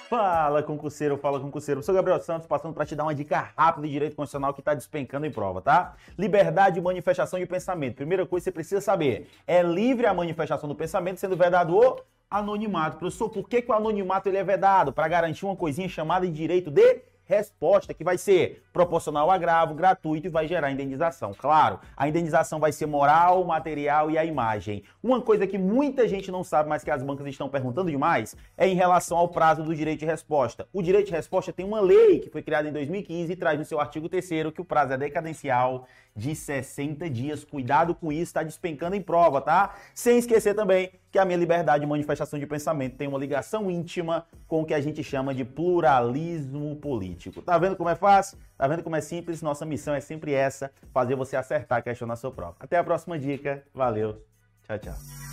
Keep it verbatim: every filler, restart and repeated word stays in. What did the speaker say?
Fala, concurseiro, fala, concurseiro. Eu sou Gabriel Santos, passando para te dar uma dica rápida de direito constitucional que está despencando em prova, tá? Liberdade de manifestação de pensamento. Primeira coisa que você precisa saber, é livre a manifestação do pensamento, sendo vedado o anonimato. Professor, por que, que o anonimato ele é vedado? Para garantir uma coisinha chamada de direito de resposta, que vai ser proporcional ao agravo, gratuito e vai gerar indenização. Claro, a indenização vai ser moral, material e a imagem. Uma coisa que muita gente não sabe, mas que as bancas estão perguntando demais, é em relação ao prazo do direito de resposta. O direito de resposta tem uma lei que foi criada em dois mil e quinze e traz no seu artigo terceiro que o prazo é decadencial de sessenta dias. Cuidado com isso, está despencando em prova, tá? Sem esquecer também que a minha liberdade de manifestação de pensamento tem uma ligação íntima com o que a gente chama de pluralismo político. Tá vendo como é fácil? Tá vendo como é simples? Nossa missão é sempre essa, fazer você acertar a questão na sua prova. Até a próxima dica. Valeu. Tchau, tchau.